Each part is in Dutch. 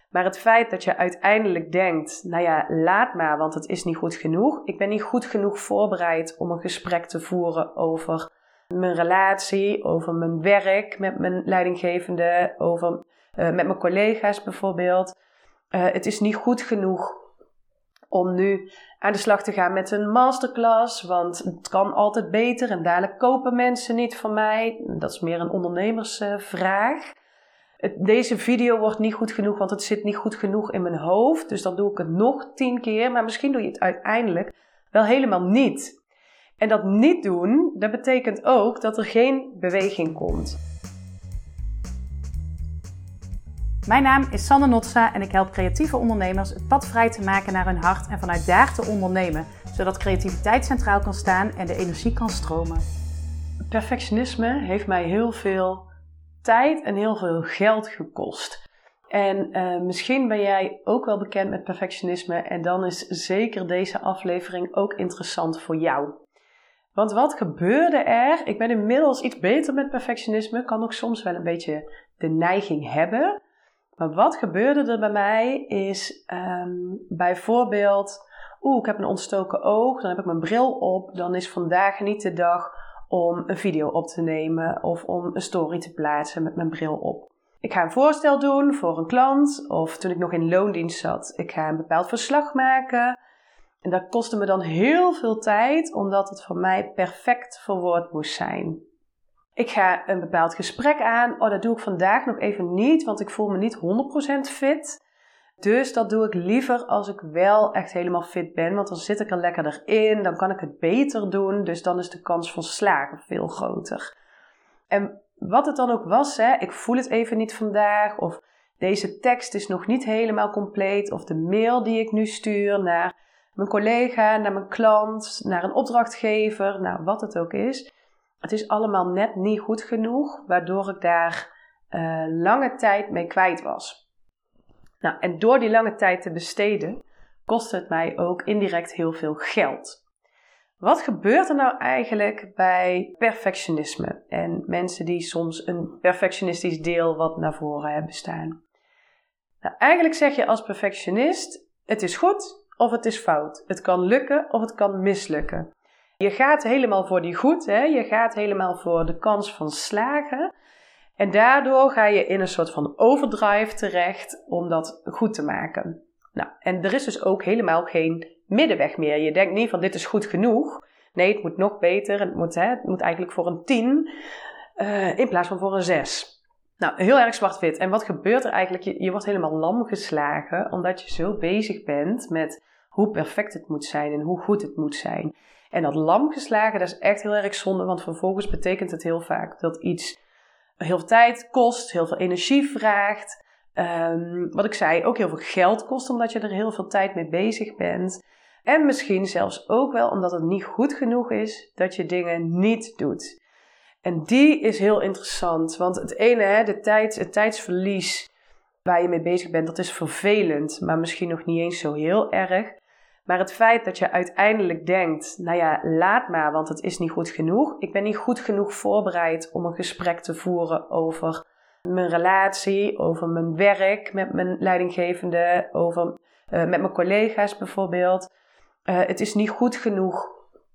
Maar het feit dat je uiteindelijk denkt, nou ja, laat maar, want het is niet goed genoeg. Ik ben niet goed genoeg voorbereid om een gesprek te voeren over mijn relatie, over mijn werk met mijn leidinggevende, met mijn collega's bijvoorbeeld. Het is niet goed genoeg om nu aan de slag te gaan met een masterclass, want het kan altijd beter en dadelijk kopen mensen niet van mij. Dat is meer een ondernemersvraag. Deze video wordt niet goed genoeg, want het zit niet goed genoeg in mijn hoofd. Dus dan doe ik het nog 10 keer, maar misschien doe je het uiteindelijk wel helemaal niet. En dat niet doen, dat betekent ook dat er geen beweging komt. Mijn naam is Sanne Notsa en ik help creatieve ondernemers het pad vrij te maken naar hun hart en vanuit daar te ondernemen, zodat creativiteit centraal kan staan en de energie kan stromen. Perfectionisme heeft mij heel veel tijd en heel veel geld gekost. En misschien ben jij ook wel bekend met perfectionisme en dan is zeker deze aflevering ook interessant voor jou. Want wat gebeurde er? Ik ben inmiddels iets beter met perfectionisme, kan ook soms wel een beetje de neiging hebben. Maar wat gebeurde er bij mij is bijvoorbeeld, ik heb een ontstoken oog, dan heb ik mijn bril op, dan is vandaag niet de dag om een video op te nemen of om een story te plaatsen met mijn bril op. Ik ga een voorstel doen voor een klant of toen ik nog in loondienst zat, ik ga een bepaald verslag maken. En dat kostte me dan heel veel tijd omdat het voor mij perfect verwoord moest zijn. Ik ga een bepaald gesprek aan. Dat doe ik vandaag nog even niet, want ik voel me niet 100% fit. Dus dat doe ik liever als ik wel echt helemaal fit ben, want dan zit ik er lekkerder in, dan kan ik het beter doen, dus dan is de kans van slagen veel groter. En wat het dan ook was, ik voel het even niet vandaag, of deze tekst is nog niet helemaal compleet, of de mail die ik nu stuur naar mijn collega, naar mijn klant, naar een opdrachtgever, nou wat het ook is. Het is allemaal net niet goed genoeg, waardoor ik daar lange tijd mee kwijt was. Nou, en door die lange tijd te besteden, kostte het mij ook indirect heel veel geld. Wat gebeurt er nou eigenlijk bij perfectionisme en mensen die soms een perfectionistisch deel wat naar voren hebben staan? Nou, eigenlijk zeg je als perfectionist, het is goed of het is fout. Het kan lukken of het kan mislukken. Je gaat helemaal voor die goed, je gaat helemaal voor de kans van slagen. En daardoor ga je in een soort van overdrive terecht om dat goed te maken. Nou, en er is dus ook helemaal geen middenweg meer. Je denkt niet van dit is goed genoeg. Nee, het moet nog beter. Het moet eigenlijk voor een 10 in plaats van voor een 6. Nou, heel erg zwart-wit. En wat gebeurt er eigenlijk? Je wordt helemaal lam geslagen omdat je zo bezig bent met hoe perfect het moet zijn en hoe goed het moet zijn. En dat lam geslagen, dat is echt heel erg zonde, want vervolgens betekent het heel vaak dat iets heel veel tijd kost, heel veel energie vraagt. Wat ik zei, ook heel veel geld kost omdat je er heel veel tijd mee bezig bent. En misschien zelfs ook wel omdat het niet goed genoeg is dat je dingen niet doet. En die is heel interessant, want het ene, het tijdsverlies waar je mee bezig bent, dat is vervelend, maar misschien nog niet eens zo heel erg. Maar het feit dat je uiteindelijk denkt, nou ja, laat maar, want het is niet goed genoeg. Ik ben niet goed genoeg voorbereid om een gesprek te voeren over mijn relatie, over mijn werk met mijn leidinggevende, met mijn collega's bijvoorbeeld. Het is niet goed genoeg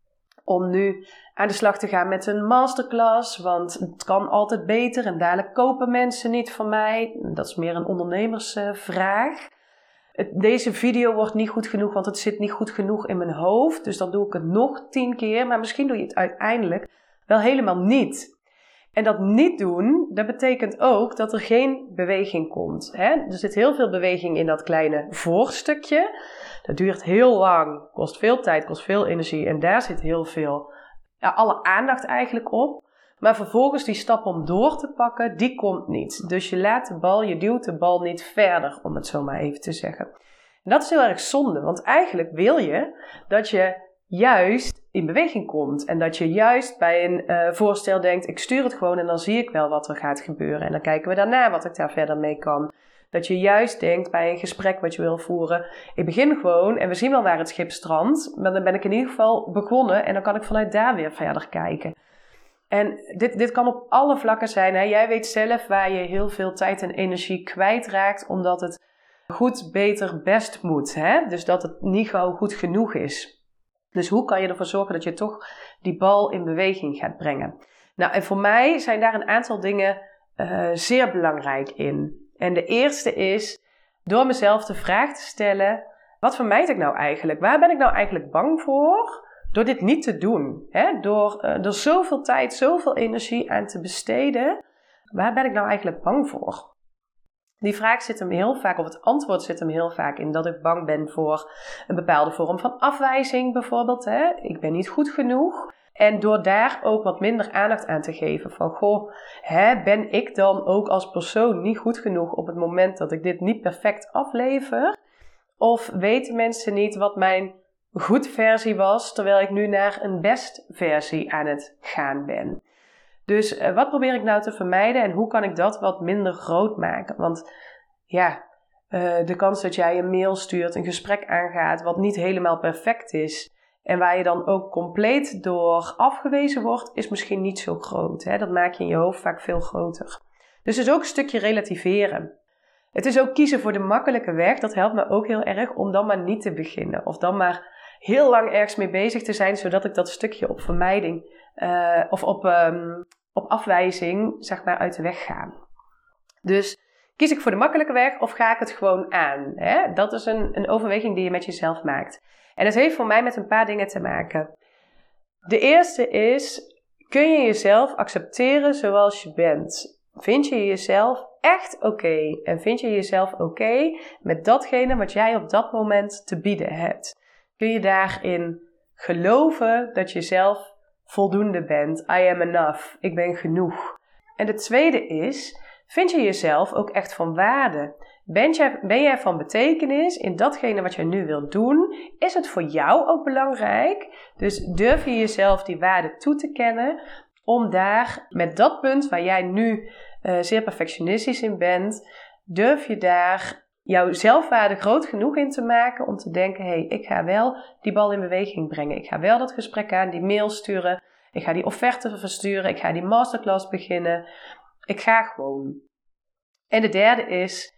om nu aan de slag te gaan met een masterclass, want het kan altijd beter en dadelijk kopen mensen niet van mij. Dat is meer een ondernemersvraag. Deze video wordt niet goed genoeg, want het zit niet goed genoeg in mijn hoofd. Dus dan doe ik het nog 10 keer, maar misschien doe je het uiteindelijk wel helemaal niet. En dat niet doen, dat betekent ook dat er geen beweging komt. Er zit heel veel beweging in dat kleine voorstukje. Dat duurt heel lang, kost veel tijd, kost veel energie en daar zit heel veel, alle aandacht eigenlijk op. Maar vervolgens die stap om door te pakken, die komt niet. Dus je duwt de bal niet verder, om het zo maar even te zeggen. En dat is heel erg zonde, want eigenlijk wil je dat je juist in beweging komt. En dat je juist bij een voorstel denkt, ik stuur het gewoon en dan zie ik wel wat er gaat gebeuren. En dan kijken we daarna wat ik daar verder mee kan. Dat je juist denkt bij een gesprek wat je wil voeren, ik begin gewoon en we zien wel waar het schip strandt. Maar dan ben ik in ieder geval begonnen en dan kan ik vanuit daar weer verder kijken. En dit kan op alle vlakken zijn. Jij weet zelf waar je heel veel tijd en energie kwijtraakt, omdat het goed, beter, best moet. Hè? Dus dat het niet gauw goed genoeg is. Dus hoe kan je ervoor zorgen dat je toch die bal in beweging gaat brengen? Nou, en voor mij zijn daar een aantal dingen zeer belangrijk in. En de eerste is door mezelf de vraag te stellen: wat vermijd ik nou eigenlijk? Waar ben ik nou eigenlijk bang voor door dit niet te doen? Hè? Door er zoveel tijd, zoveel energie aan te besteden. Waar ben ik nou eigenlijk bang voor? Die vraag zit hem heel vaak, of het antwoord zit hem heel vaak in dat ik bang ben voor een bepaalde vorm van afwijzing bijvoorbeeld. Hè? Ik ben niet goed genoeg. En door daar ook wat minder aandacht aan te geven van, ben ik dan ook als persoon niet goed genoeg op het moment dat ik dit niet perfect aflever? Of weten mensen niet wat mijn goed versie was, terwijl ik nu naar een best versie aan het gaan ben? Dus wat probeer ik nou te vermijden en hoe kan ik dat wat minder groot maken? Want de kans dat jij een mail stuurt, een gesprek aangaat wat niet helemaal perfect is en waar je dan ook compleet door afgewezen wordt, is misschien niet zo groot. Hè? Dat maak je in je hoofd vaak veel groter. Dus het is ook een stukje relativeren. Het is ook kiezen voor de makkelijke weg. Dat helpt me ook heel erg om dan maar niet te beginnen. Of dan maar heel lang ergens mee bezig te zijn, zodat ik dat stukje op vermijding of op afwijzing zeg maar uit de weg ga. Dus kies ik voor de makkelijke weg of ga ik het gewoon aan? Hè? Dat is een overweging die je met jezelf maakt. En dat heeft voor mij met een paar dingen te maken. De eerste is, kun je jezelf accepteren zoals je bent? Vind je jezelf echt oké? En vind je jezelf oké met datgene wat jij op dat moment te bieden hebt? Kun je daarin geloven dat je zelf voldoende bent? I am enough. Ik ben genoeg. En de tweede is, vind je jezelf ook echt van waarde? Ben jij van betekenis in datgene wat je nu wilt doen? Is het voor jou ook belangrijk? Dus durf je jezelf die waarde toe te kennen om daar met dat punt waar jij nu zeer perfectionistisch in bent, durf je daar jouw zelfwaarde groot genoeg in te maken om te denken, ik ga wel die bal in beweging brengen. Ik ga wel dat gesprek aan, die mail sturen. Ik ga die offerte versturen. Ik ga die masterclass beginnen. Ik ga gewoon. En de derde is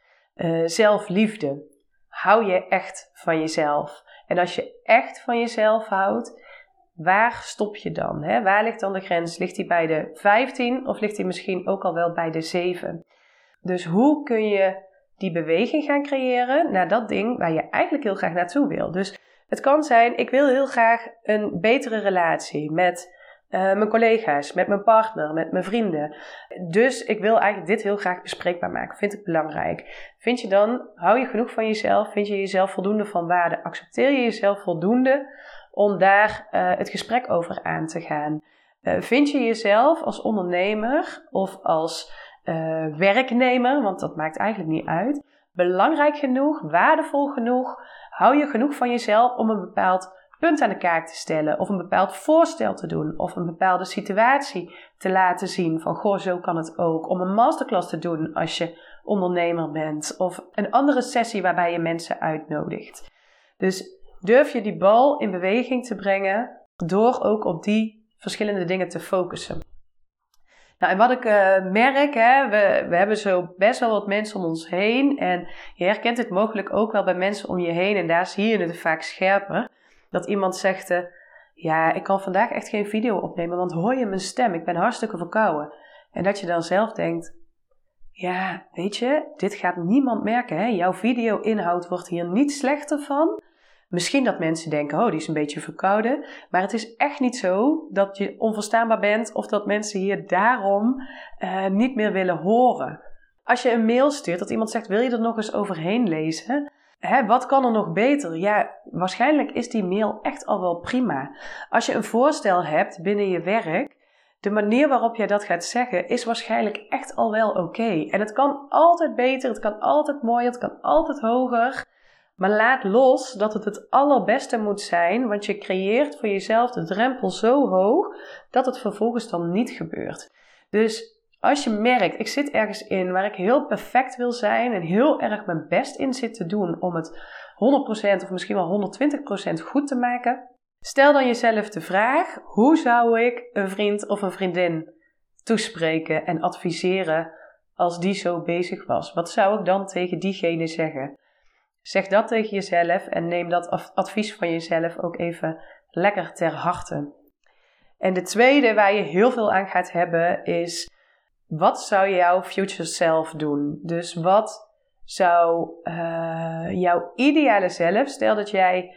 zelfliefde. Hou je echt van jezelf. En als je echt van jezelf houdt, waar stop je dan? Hè? Waar ligt dan de grens? Ligt die bij de 15 of ligt die misschien ook al wel bij de 7? Dus hoe kun je die beweging gaan creëren naar dat ding waar je eigenlijk heel graag naartoe wil? Dus het kan zijn, ik wil heel graag een betere relatie met mijn collega's, met mijn partner, met mijn vrienden. Dus ik wil eigenlijk dit heel graag bespreekbaar maken. Vind ik belangrijk. Hou je genoeg van jezelf? Vind je jezelf voldoende van waarde? Accepteer je jezelf voldoende om daar het gesprek over aan te gaan? Vind je jezelf als ondernemer of als werknemer, want dat maakt eigenlijk niet uit, belangrijk genoeg, waardevol genoeg? Hou je genoeg van jezelf om een bepaald punt aan de kaak te stellen of een bepaald voorstel te doen of een bepaalde situatie te laten zien van zo kan het ook, om een masterclass te doen als je ondernemer bent of een andere sessie waarbij je mensen uitnodigt. Dus durf je die bal in beweging te brengen door ook op die verschillende dingen te focussen. Nou, en wat ik merk, we hebben zo best wel wat mensen om ons heen en je herkent het mogelijk ook wel bij mensen om je heen en daar zie je het vaak scherper. Dat iemand zegt, ik kan vandaag echt geen video opnemen, want hoor je mijn stem? Ik ben hartstikke verkouden. En dat je dan zelf denkt, weet je, dit gaat niemand merken. Hè? Jouw video-inhoud wordt hier niet slechter van. Misschien dat mensen denken, die is een beetje verkouden. Maar het is echt niet zo dat je onverstaanbaar bent of dat mensen hier daarom niet meer willen horen. Als je een mail stuurt, dat iemand zegt, wil je er nog eens overheen lezen? Wat kan er nog beter? Ja, waarschijnlijk is die mail echt al wel prima. Als je een voorstel hebt binnen je werk, de manier waarop jij dat gaat zeggen is waarschijnlijk echt al wel oké. En het kan altijd beter, het kan altijd mooier, het kan altijd hoger. Maar laat los dat het het allerbeste moet zijn, want je creëert voor jezelf de drempel zo hoog dat het vervolgens dan niet gebeurt. Dus als je merkt, ik zit ergens in waar ik heel perfect wil zijn en heel erg mijn best in zit te doen om het 100% of misschien wel 120% goed te maken, stel dan jezelf de vraag, hoe zou ik een vriend of een vriendin toespreken en adviseren als die zo bezig was? Wat zou ik dan tegen diegene zeggen? Zeg dat tegen jezelf en neem dat advies van jezelf ook even lekker ter harte. En de tweede waar je heel veel aan gaat hebben is, wat zou jouw future self doen? Dus wat zou jouw ideale zelf, stel dat jij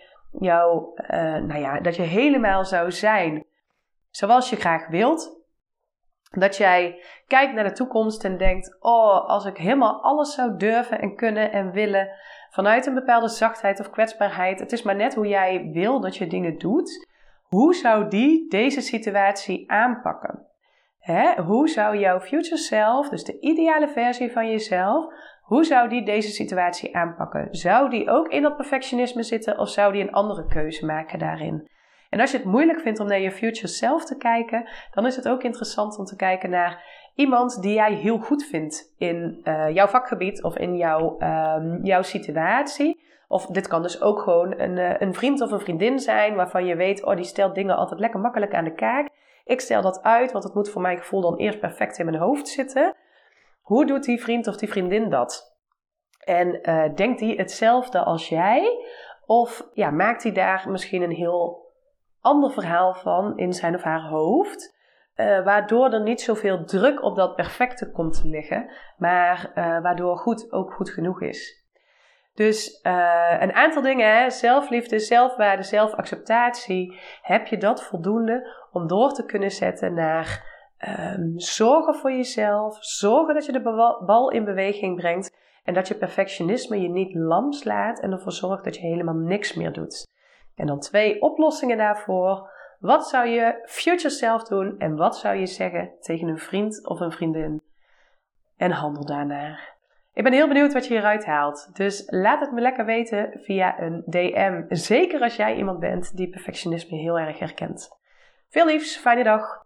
dat je helemaal zou zijn zoals je graag wilt. Dat jij kijkt naar de toekomst en denkt, als ik helemaal alles zou durven en kunnen en willen, vanuit een bepaalde zachtheid of kwetsbaarheid, het is maar net hoe jij wil dat je dingen doet. Hoe zou die deze situatie aanpakken? Hoe zou jouw future self, dus de ideale versie van jezelf, hoe zou die deze situatie aanpakken? Zou die ook in dat perfectionisme zitten of zou die een andere keuze maken daarin? En als je het moeilijk vindt om naar je future self te kijken, dan is het ook interessant om te kijken naar iemand die jij heel goed vindt in jouw vakgebied of in jouw situatie. Of dit kan dus ook gewoon een vriend of een vriendin zijn waarvan je weet, die stelt dingen altijd lekker makkelijk aan de kaak. Ik stel dat uit, want het moet voor mijn gevoel dan eerst perfect in mijn hoofd zitten. Hoe doet die vriend of die vriendin dat? En denkt die hetzelfde als jij? Of maakt hij daar misschien een heel ander verhaal van in zijn of haar hoofd? Waardoor er niet zoveel druk op dat perfecte komt te liggen. Maar waardoor goed ook goed genoeg is. Dus een aantal dingen, zelfliefde, zelfwaarde, zelfacceptatie. Heb je dat voldoende om door te kunnen zetten naar zorgen voor jezelf. Zorgen dat je de bal in beweging brengt. En dat je perfectionisme je niet lam slaat en ervoor zorgt dat je helemaal niks meer doet. En dan 2 oplossingen daarvoor. Wat zou je future self doen en wat zou je zeggen tegen een vriend of een vriendin? En handel daarnaar. Ik ben heel benieuwd wat je hieruit haalt. Dus laat het me lekker weten via een DM. Zeker als jij iemand bent die perfectionisme heel erg herkent. Veel liefs, fijne dag.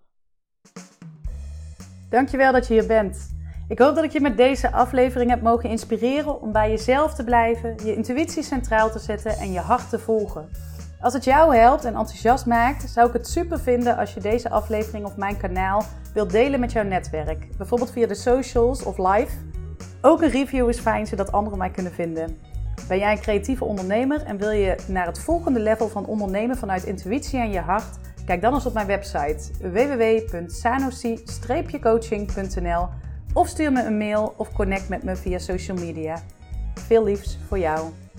Dankjewel dat je hier bent. Ik hoop dat ik je met deze aflevering heb mogen inspireren om bij jezelf te blijven, je intuïtie centraal te zetten en je hart te volgen. Als het jou helpt en enthousiast maakt, zou ik het super vinden als je deze aflevering of mijn kanaal wilt delen met jouw netwerk. Bijvoorbeeld via de socials of live. Ook een review is fijn, zodat anderen mij kunnen vinden. Ben jij een creatieve ondernemer en wil je naar het volgende level van ondernemen vanuit intuïtie en je hart? Kijk dan eens op mijn website www.sanosi-coaching.nl of stuur me een mail of connect met me via social media. Veel liefs voor jou.